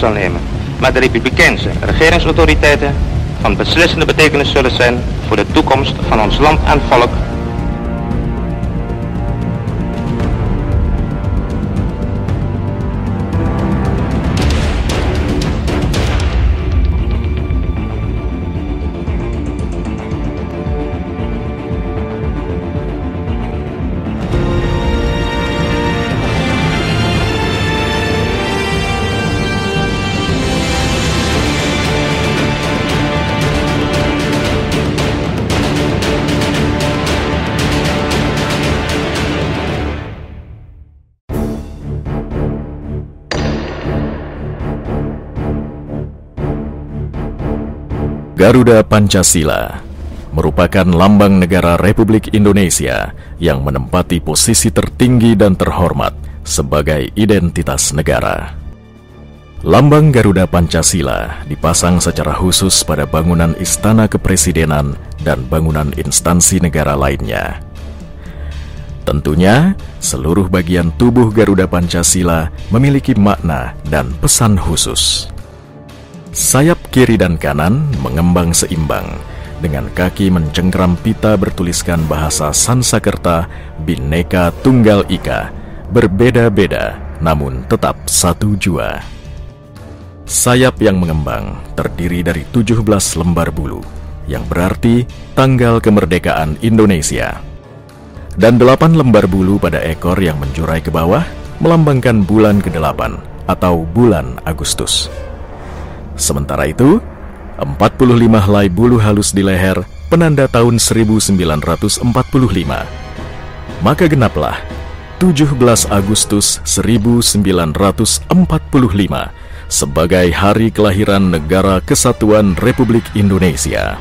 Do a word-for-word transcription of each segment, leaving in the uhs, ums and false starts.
zal nemen, maar de Republikeinse regeringsautoriteiten van beslissende betekenis zullen zijn voor de toekomst van ons land en volk. Garuda Pancasila merupakan lambang negara Republik Indonesia yang menempati posisi tertinggi dan terhormat sebagai identitas negara. Lambang Garuda Pancasila dipasang secara khusus pada bangunan Istana Kepresidenan dan bangunan instansi negara lainnya. Tentunya, seluruh bagian tubuh Garuda Pancasila memiliki makna dan pesan khusus. Sayap kiri dan kanan mengembang seimbang, dengan kaki mencengkram pita bertuliskan bahasa Sansekerta Bhinneka Tunggal Ika, berbeda-beda namun tetap satu jua. Sayap yang mengembang terdiri dari tujuh belas lembar bulu, yang berarti tanggal kemerdekaan Indonesia. Dan delapan lembar bulu pada ekor yang menjurai ke bawah melambangkan bulan kedelapan atau bulan Agustus. Sementara itu, empat puluh lima helai bulu halus di leher penanda tahun seribu sembilan ratus empat puluh lima. Maka genaplah tujuh belas Agustus seribu sembilan ratus empat puluh lima sebagai hari kelahiran Negara Kesatuan Republik Indonesia.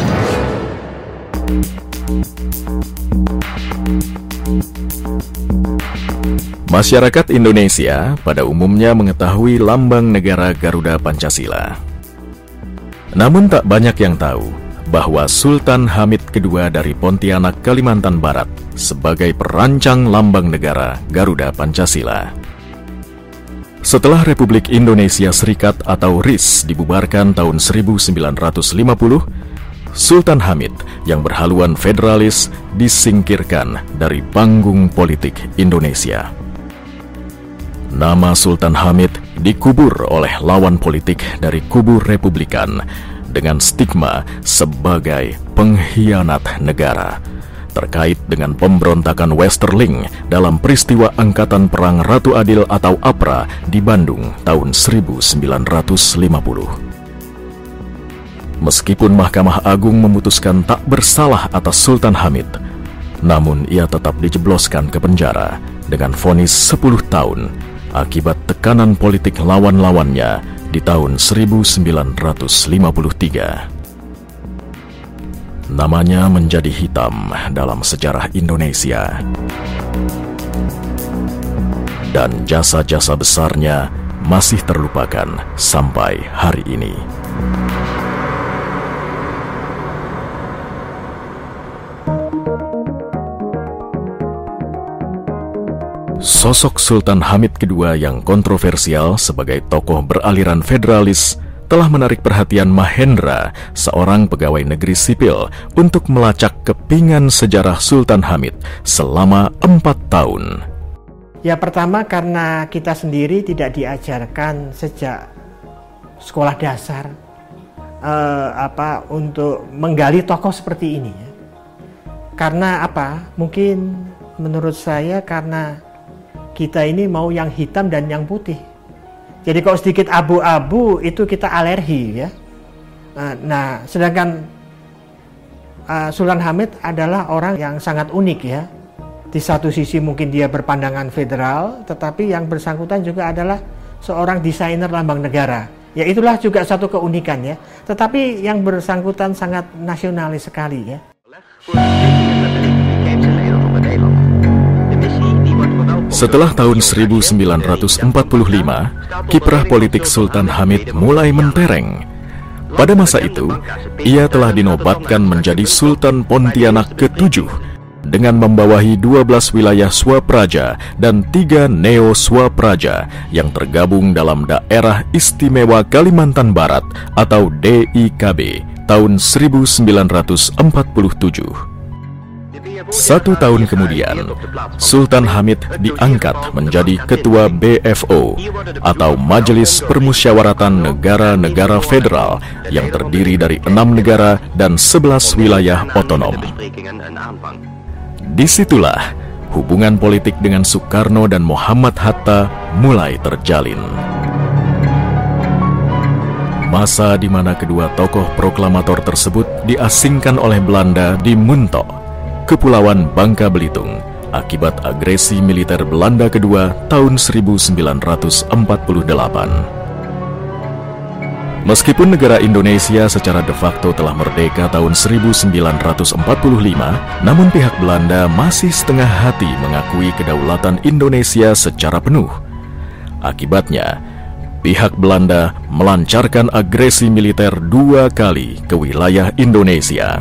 Masyarakat Indonesia pada umumnya mengetahui lambang negara Garuda Pancasila. Namun tak banyak yang tahu bahwa Sultan Hamid kedua dari Pontianak, Kalimantan Barat sebagai perancang lambang negara Garuda Pancasila. Setelah Republik Indonesia Serikat atau R I S dibubarkan tahun seribu sembilan ratus lima puluh, Sultan Hamid yang berhaluan federalis disingkirkan dari panggung politik Indonesia. Nama Sultan Hamid dikubur oleh lawan politik dari kubu Republikan dengan stigma sebagai pengkhianat negara terkait dengan pemberontakan Westerling dalam peristiwa Angkatan Perang Ratu Adil atau APRA di Bandung tahun seribu sembilan ratus lima puluh. Meskipun Mahkamah Agung memutuskan tak bersalah atas Sultan Hamid, namun ia tetap dijebloskan ke penjara dengan vonis sepuluh tahun akibat tekanan politik lawan-lawannya di tahun seribu sembilan ratus lima puluh tiga. Namanya menjadi hitam dalam sejarah Indonesia, dan jasa-jasa besarnya masih terlupakan sampai hari ini. Sosok Sultan Hamid kedua yang kontroversial sebagai tokoh beraliran federalis telah menarik perhatian Mahendra, seorang pegawai negeri sipil, untuk melacak kepingan sejarah Sultan Hamid selama empat tahun. Ya, pertama karena kita sendiri tidak diajarkan sejak sekolah dasar eh, apa untuk menggali tokoh seperti ini. Karena apa? Mungkin menurut saya karena kita ini mau yang hitam dan yang putih. Jadi kalau sedikit abu-abu itu kita alergi ya. Nah, sedangkan uh, Sultan Hamid adalah orang yang sangat unik ya. Di satu sisi mungkin dia berpandangan federal, tetapi yang bersangkutan juga adalah seorang desainer lambang negara. Ya, itulah juga satu keunikan ya. Tetapi yang bersangkutan sangat nasionalis sekali ya. Setelah tahun seribu sembilan ratus empat puluh lima, kiprah politik Sultan Hamid mulai mentereng. Pada masa itu, ia telah dinobatkan menjadi Sultan Pontianak ketujuh dengan membawahi dua belas wilayah Swapraja dan tiga Neo Swapraja yang tergabung dalam Daerah Istimewa Kalimantan Barat atau D I K B tahun seribu sembilan ratus empat puluh tujuh. Satu tahun kemudian, Sultan Hamid diangkat menjadi Ketua B F O atau Majelis Permusyawaratan Negara-Negara Federal yang terdiri dari enam negara dan sebelas wilayah otonom. Disitulah hubungan politik dengan Soekarno dan Muhammad Hatta mulai terjalin. Masa di mana kedua tokoh proklamator tersebut diasingkan oleh Belanda di Muntok, Kepulauan Bangka Belitung, akibat agresi militer Belanda kedua tahun seribu sembilan ratus empat puluh delapan. Meskipun negara Indonesia secara de facto telah merdeka tahun seribu sembilan ratus empat puluh lima, namun pihak Belanda masih setengah hati mengakui kedaulatan Indonesia secara penuh. Akibatnya, pihak Belanda melancarkan agresi militer dua kali ke wilayah Indonesia.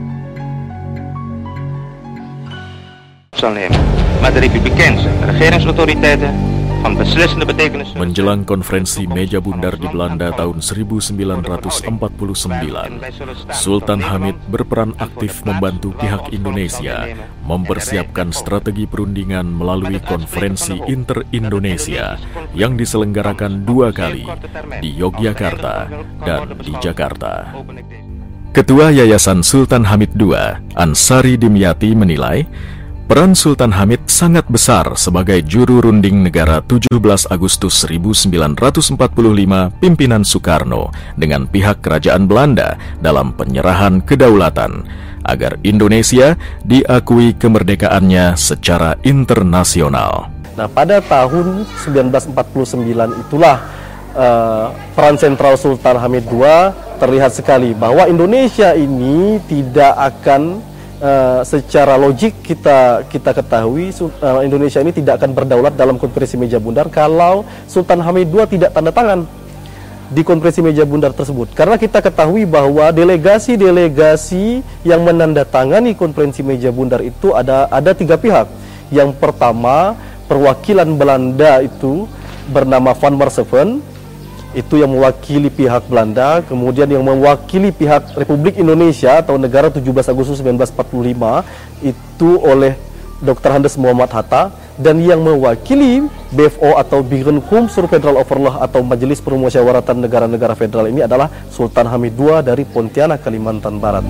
Maar de Republikeinse regeringsautoriteiten van beslissende betekenis. Menjelang konferensi meja bundar di Belanda tahun seribu sembilan ratus empat puluh sembilan, Sultan Hamid berperan aktif membantu pihak Indonesia mempersiapkan strategi perundingan melalui konferensi Inter-Indonesia yang diselenggarakan dua kali di Yogyakarta dan di Jakarta. Ketua Yayasan Sultan Hamid kedua, Ansari Dimyati, menilai peran Sultan Hamid sangat besar sebagai juru runding negara tujuh belas Agustus seribu sembilan ratus empat puluh lima pimpinan Soekarno dengan pihak kerajaan Belanda dalam penyerahan kedaulatan agar Indonesia diakui kemerdekaannya secara internasional. Nah, pada tahun seribu sembilan ratus empat puluh sembilan itulah uh, peran sentral Sultan Hamid kedua terlihat sekali bahwa Indonesia ini tidak akan Uh, secara logik kita kita ketahui uh, Indonesia ini tidak akan berdaulat dalam konferensi meja bundar kalau Sultan Hamid kedua tidak tanda tangan di konferensi meja bundar tersebut. Karena kita ketahui bahwa delegasi-delegasi yang menandatangani konferensi meja bundar itu ada ada tiga pihak. Yang pertama, perwakilan Belanda itu bernama Van Marseven, itu yang mewakili pihak Belanda, kemudian yang mewakili pihak Republik Indonesia atau negara tujuh belas Agustus seribu sembilan ratus empat puluh lima itu oleh Doktor Andes Muhammad Hatta, dan yang mewakili B F O atau Binnenkomst Federal Overleg atau Majelis Permusyawaratan Negara-Negara Federal ini adalah Sultan Hamid kedua dari Pontianak, Kalimantan Barat.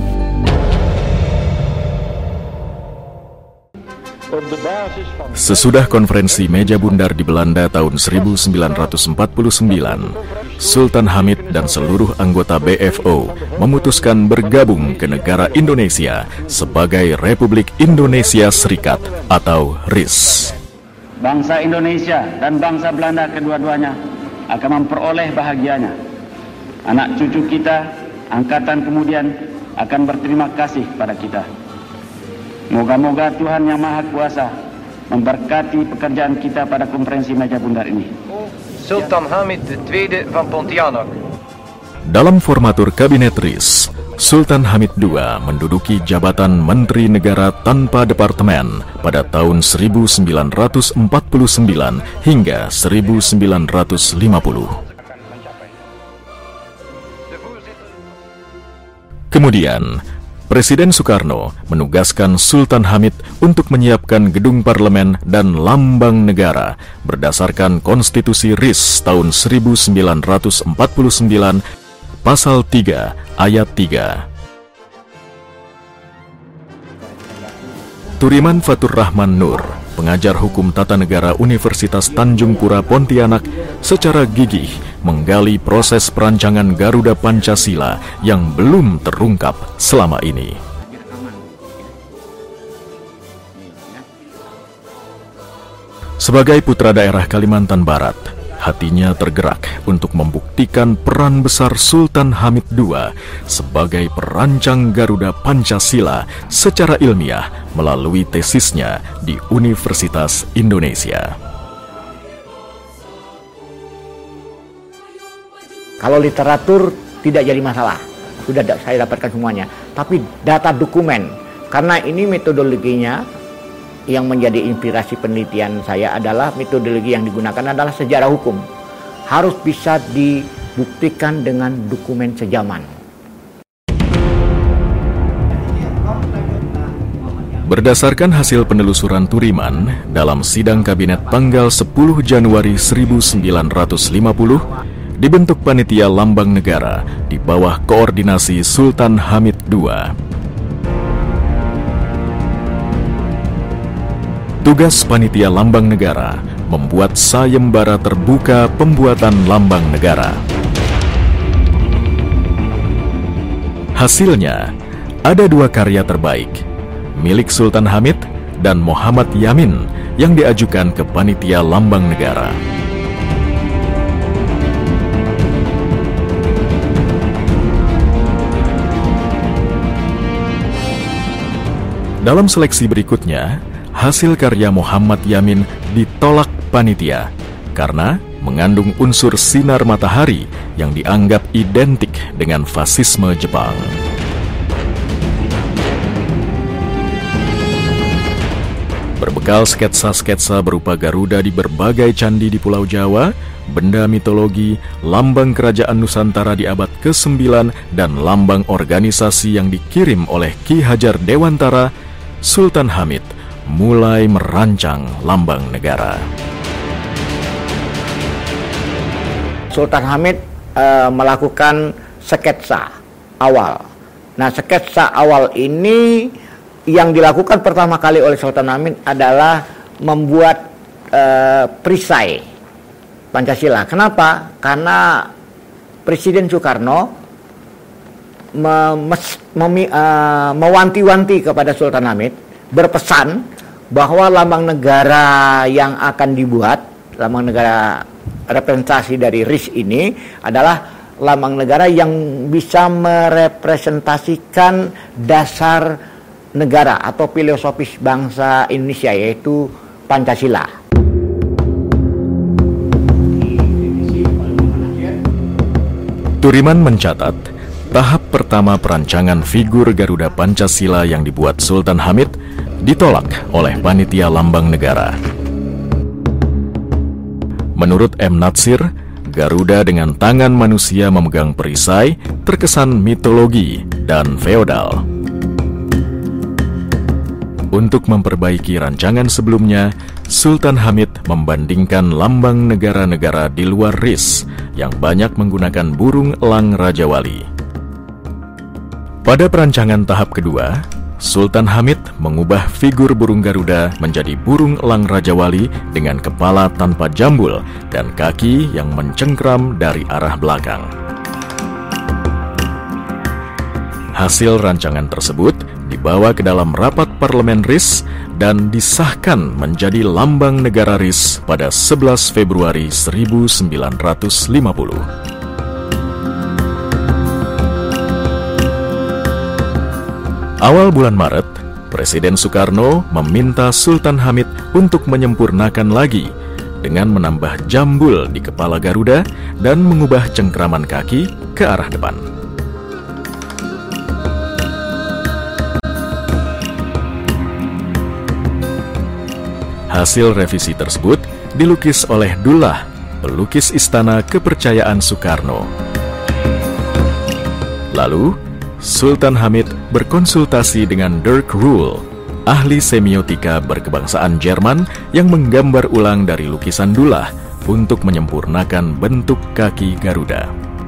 Sesudah konferensi meja bundar di Belanda tahun seribu sembilan ratus empat puluh sembilan, Sultan Hamid dan seluruh anggota B F O memutuskan bergabung ke negara Indonesia sebagai Republik Indonesia Serikat atau R I S. Bangsa Indonesia dan bangsa Belanda kedua-duanya akan memperoleh bahagianya. Anak cucu kita, angkatan kemudian akan berterima kasih pada kita. Moga-moga Tuhan Yang Maha Kuasa memberkati pekerjaan kita pada konferensi meja bundar ini. Sultan Hamid kedua van Pontianak. Dalam formatur Kabinet R I S, Sultan Hamid kedua menduduki jabatan Menteri Negara tanpa Departemen pada tahun seribu sembilan ratus empat puluh sembilan hingga seribu sembilan ratus lima puluh. Kemudian, Presiden Soekarno menugaskan Sultan Hamid untuk menyiapkan gedung parlemen dan lambang negara berdasarkan Konstitusi R I S tahun seribu sembilan ratus empat puluh sembilan, Pasal tiga, Ayat tiga. Turiman Fatur Rahman Nur, pengajar hukum tata negara Universitas Tanjung Pura Pontianak, secara gigih menggali proses perancangan Garuda Pancasila yang belum terungkap selama ini. Sebagai putra daerah Kalimantan Barat, hatinya tergerak untuk membuktikan peran besar Sultan Hamid kedua sebagai perancang Garuda Pancasila secara ilmiah melalui tesisnya di Universitas Indonesia. Kalau literatur tidak jadi masalah, sudah saya dapatkan semuanya. Tapi data dokumen Karena ini metodologinya yang menjadi inspirasi penelitian saya adalah metodologi yang digunakan adalah sejarah hukum. Harus bisa dibuktikan dengan dokumen sejaman. Berdasarkan hasil penelusuran Turiman dalam sidang kabinet tanggal sepuluh Januari seribu sembilan ratus lima puluh, dibentuk panitia lambang negara di bawah koordinasi Sultan Hamid kedua. Tugas panitia lambang negara membuat sayembara terbuka pembuatan lambang negara. Hasilnya, ada dua karya terbaik, milik Sultan Hamid dan Muhammad Yamin yang diajukan ke panitia lambang negara. Dalam seleksi berikutnya, hasil karya Muhammad Yamin ditolak panitia karena mengandung unsur sinar matahari yang dianggap identik dengan fasisme Jepang. Berbekal sketsa-sketsa berupa Garuda di berbagai candi di Pulau Jawa, benda mitologi, lambang kerajaan Nusantara di abad kesembilan, dan lambang organisasi yang dikirim oleh Ki Hajar Dewantara, Sultan Hamid mulai merancang lambang negara. Sultan Hamid uh, melakukan sketsa awal. Nah, sketsa awal ini yang dilakukan pertama kali oleh Sultan Hamid adalah membuat uh, perisai Pancasila. Kenapa? Karena Presiden Soekarno memes, memi, uh, mewanti-wanti kepada Sultan Hamid, berpesan bahwa lambang negara yang akan dibuat, lambang negara representasi dari R I S ini adalah lambang negara yang bisa merepresentasikan dasar negara atau filosofis bangsa Indonesia, yaitu Pancasila. Turiman mencatat, tahap pertama perancangan figur Garuda Pancasila yang dibuat Sultan Hamid ditolak oleh panitia lambang negara. Menurut M. Natsir, Garuda dengan tangan manusia memegang perisai terkesan mitologi dan feodal. Untuk memperbaiki rancangan sebelumnya, Sultan Hamid membandingkan lambang negara-negara di luar R I S yang banyak menggunakan burung elang Raja Wali. Pada perancangan tahap kedua, Sultan Hamid mengubah figur burung Garuda menjadi burung elang Raja Wali dengan kepala tanpa jambul dan kaki yang mencengkram dari arah belakang. Hasil rancangan tersebut dibawa ke dalam rapat parlemen R I S dan disahkan menjadi lambang negara R I S pada sebelas Februari seribu sembilan ratus lima puluh. Awal bulan Maret, Presiden Soekarno meminta Sultan Hamid untuk menyempurnakan lagi dengan menambah jambul di kepala Garuda dan mengubah cengkraman kaki ke arah depan. Hasil revisi tersebut dilukis oleh Dullah, pelukis Istana Kepercayaan Soekarno. Lalu, Sultan Hamid berkonsultasi dengan Dirk Rule, ahli semiotika berkebangsaan Jerman yang menggambar ulang dari lukisan Dullah untuk menyempurnakan bentuk kaki Garuda.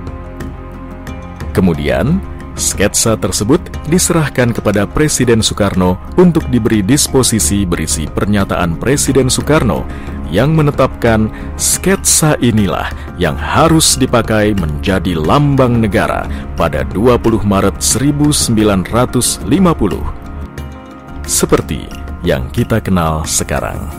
Kemudian, sketsa tersebut diserahkan kepada Presiden Soekarno untuk diberi disposisi berisi pernyataan Presiden Soekarno yang menetapkan sketsa inilah yang harus dipakai menjadi lambang negara pada dua puluh Maret seribu sembilan ratus lima puluh. Seperti yang kita kenal sekarang.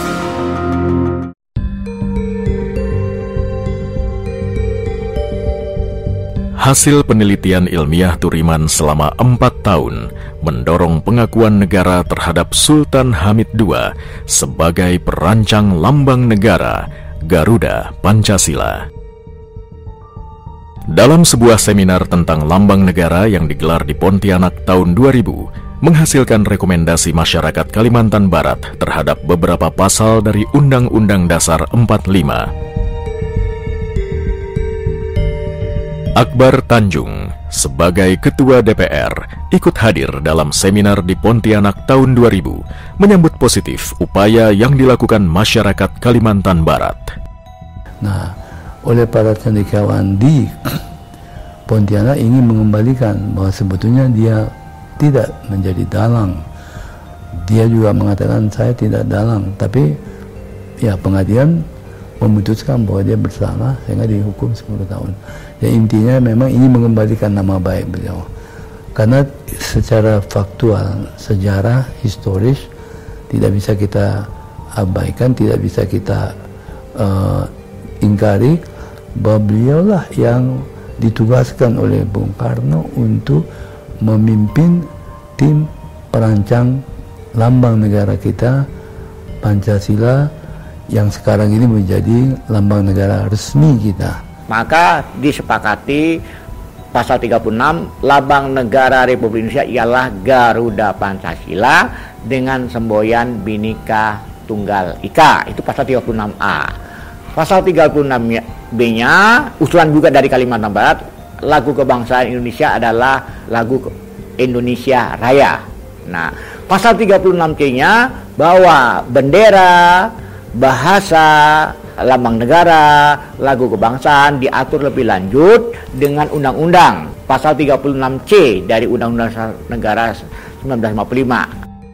Hasil penelitian ilmiah Turiman selama empat tahun mendorong pengakuan negara terhadap Sultan Hamid kedua sebagai perancang lambang negara Garuda Pancasila. Dalam sebuah seminar tentang lambang negara yang digelar di Pontianak tahun dua ribu, menghasilkan rekomendasi masyarakat Kalimantan Barat terhadap beberapa pasal dari Undang-Undang Dasar empat puluh lima. Akbar Tanjung sebagai Ketua D P R ikut hadir dalam seminar di Pontianak tahun dua ribu, menyambut positif upaya yang dilakukan masyarakat Kalimantan Barat. Nah, oleh para cendekiawan di Pontianak ingin mengembalikan bahwa sebetulnya dia tidak menjadi dalang. Dia juga mengatakan saya tidak dalang, tapi ya pengadilan memutuskan bahwa dia bersalah sehingga dihukum sepuluh tahun. Ya intinya memang ini mengembalikan nama baik beliau. Karena secara faktual, sejarah historis tidak bisa kita abaikan, tidak bisa kita uh, ingkari bahwa beliaulah yang ditugaskan oleh Bung Karno untuk memimpin tim perancang lambang negara kita, Pancasila, yang sekarang ini menjadi lambang negara resmi kita. Maka disepakati pasal tiga puluh enam, lambang negara Republik Indonesia ialah Garuda Pancasila dengan semboyan Bhinneka Tunggal Ika. Itu pasal tiga puluh enam A. Pasal tiga puluh enam B-nya, usulan juga dari Kalimantan Barat, lagu kebangsaan Indonesia adalah lagu Indonesia Raya. Nah, pasal tiga puluh enam C-nya bahwa bendera, bahasa, lambang negara, lagu kebangsaan diatur lebih lanjut dengan undang-undang pasal tiga puluh enam C dari Undang-Undang Negara seribu sembilan ratus lima puluh lima.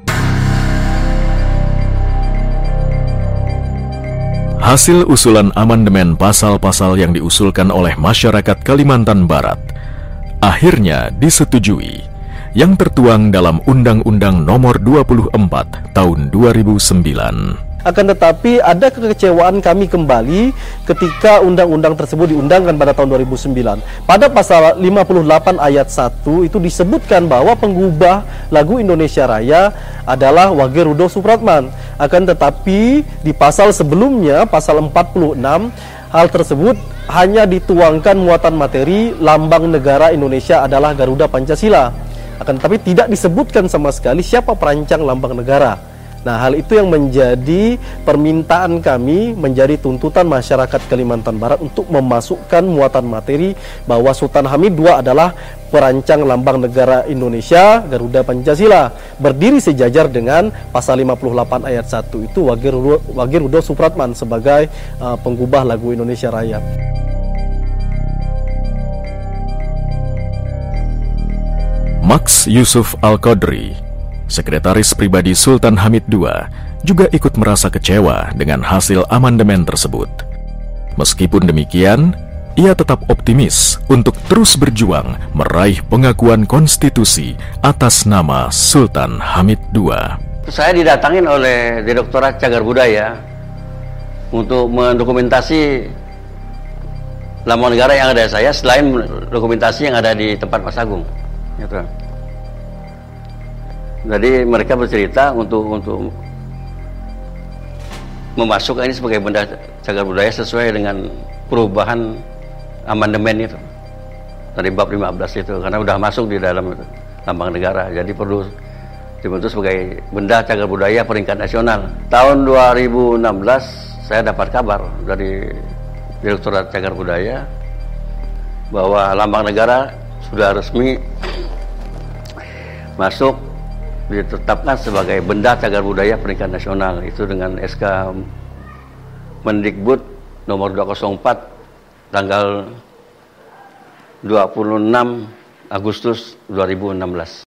Hasil usulan amandemen pasal-pasal yang diusulkan oleh masyarakat Kalimantan Barat akhirnya disetujui, yang tertuang dalam Undang-Undang Nomor dua puluh empat Tahun dua ribu sembilan. Akan tetapi ada kekecewaan kami kembali ketika undang-undang tersebut diundangkan pada tahun dua ribu sembilan. Pada pasal lima puluh delapan ayat satu itu disebutkan bahwa penggubah lagu Indonesia Raya adalah Wage Rudolf Supratman. Akan tetapi di pasal sebelumnya, pasal empat puluh enam, hal tersebut hanya dituangkan muatan materi lambang negara Indonesia adalah Garuda Pancasila. Akan tetapi tidak disebutkan sama sekali siapa perancang lambang negara. Nah, hal itu yang menjadi permintaan kami, menjadi tuntutan masyarakat Kalimantan Barat untuk memasukkan muatan materi bahwa Sultan Hamid kedua adalah perancang lambang negara Indonesia, Garuda Pancasila, berdiri sejajar dengan pasal lima puluh delapan ayat satu itu Wage Rudolf Supratman sebagai uh, penggubah lagu Indonesia Raya. Max Yusuf Al-Qadri, Sekretaris Pribadi Sultan Hamid kedua, juga ikut merasa kecewa dengan hasil amandemen tersebut. Meskipun demikian, ia tetap optimis untuk terus berjuang meraih pengakuan konstitusi atas nama Sultan Hamid kedua. Saya didatangin oleh Direktorat Cagar Budaya untuk mendokumentasi lambang negara yang ada saya, selain dokumentasi yang ada di tempat Mas Agung. Gitu. Jadi mereka bercerita untuk untuk memasukkan ini sebagai benda cagar budaya sesuai dengan perubahan amandemen itu dari bab lima belas itu, karena sudah masuk di dalam itu, lambang negara, jadi perlu dibentuk sebagai benda cagar budaya peringkat nasional. Tahun dua ribu enam belas saya dapat kabar dari Direktorat Cagar Budaya bahwa lambang negara sudah resmi masuk, ditetapkan sebagai benda cagar budaya peringkat nasional, itu dengan S K Mendikbud nomor dua nol empat tanggal dua puluh enam Agustus dua ribu enam belas.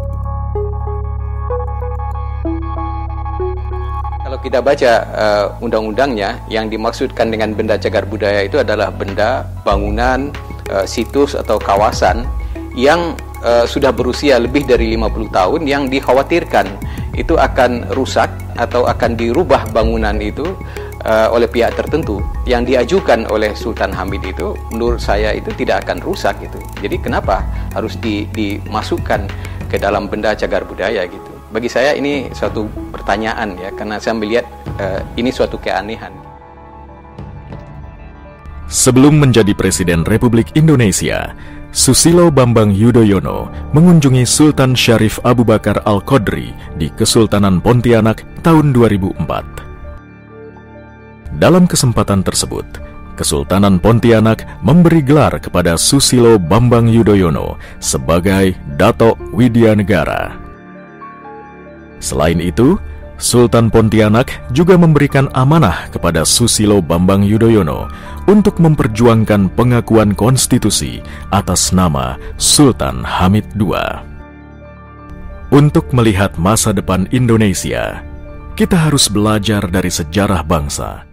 Kalau kita baca uh, undang-undangnya, yang dimaksudkan dengan benda cagar budaya itu adalah benda, bangunan, uh, situs atau kawasan yang Uh, sudah berusia lebih dari lima puluh tahun, yang dikhawatirkan itu akan rusak atau akan dirubah bangunan itu uh, oleh pihak tertentu. Yang diajukan oleh Sultan Hamid itu menurut saya itu tidak akan rusak gitu. Jadi kenapa harus di, dimasukkan ke dalam benda cagar budaya gitu? Bagi saya ini suatu pertanyaan ya, karena saya melihat uh, ini suatu keanehan. Sebelum menjadi Presiden Republik Indonesia, Susilo Bambang Yudhoyono mengunjungi Sultan Syarif Abu Bakar Al-Qadri di Kesultanan Pontianak tahun dua ribu empat. Dalam kesempatan tersebut, Kesultanan Pontianak memberi gelar kepada Susilo Bambang Yudhoyono sebagai Dato' Widya Negara. Selain itu, Sultan Pontianak juga memberikan amanah kepada Susilo Bambang Yudhoyono untuk memperjuangkan pengakuan konstitusi atas nama Sultan Hamid kedua. Untuk melihat masa depan Indonesia, kita harus belajar dari sejarah bangsa.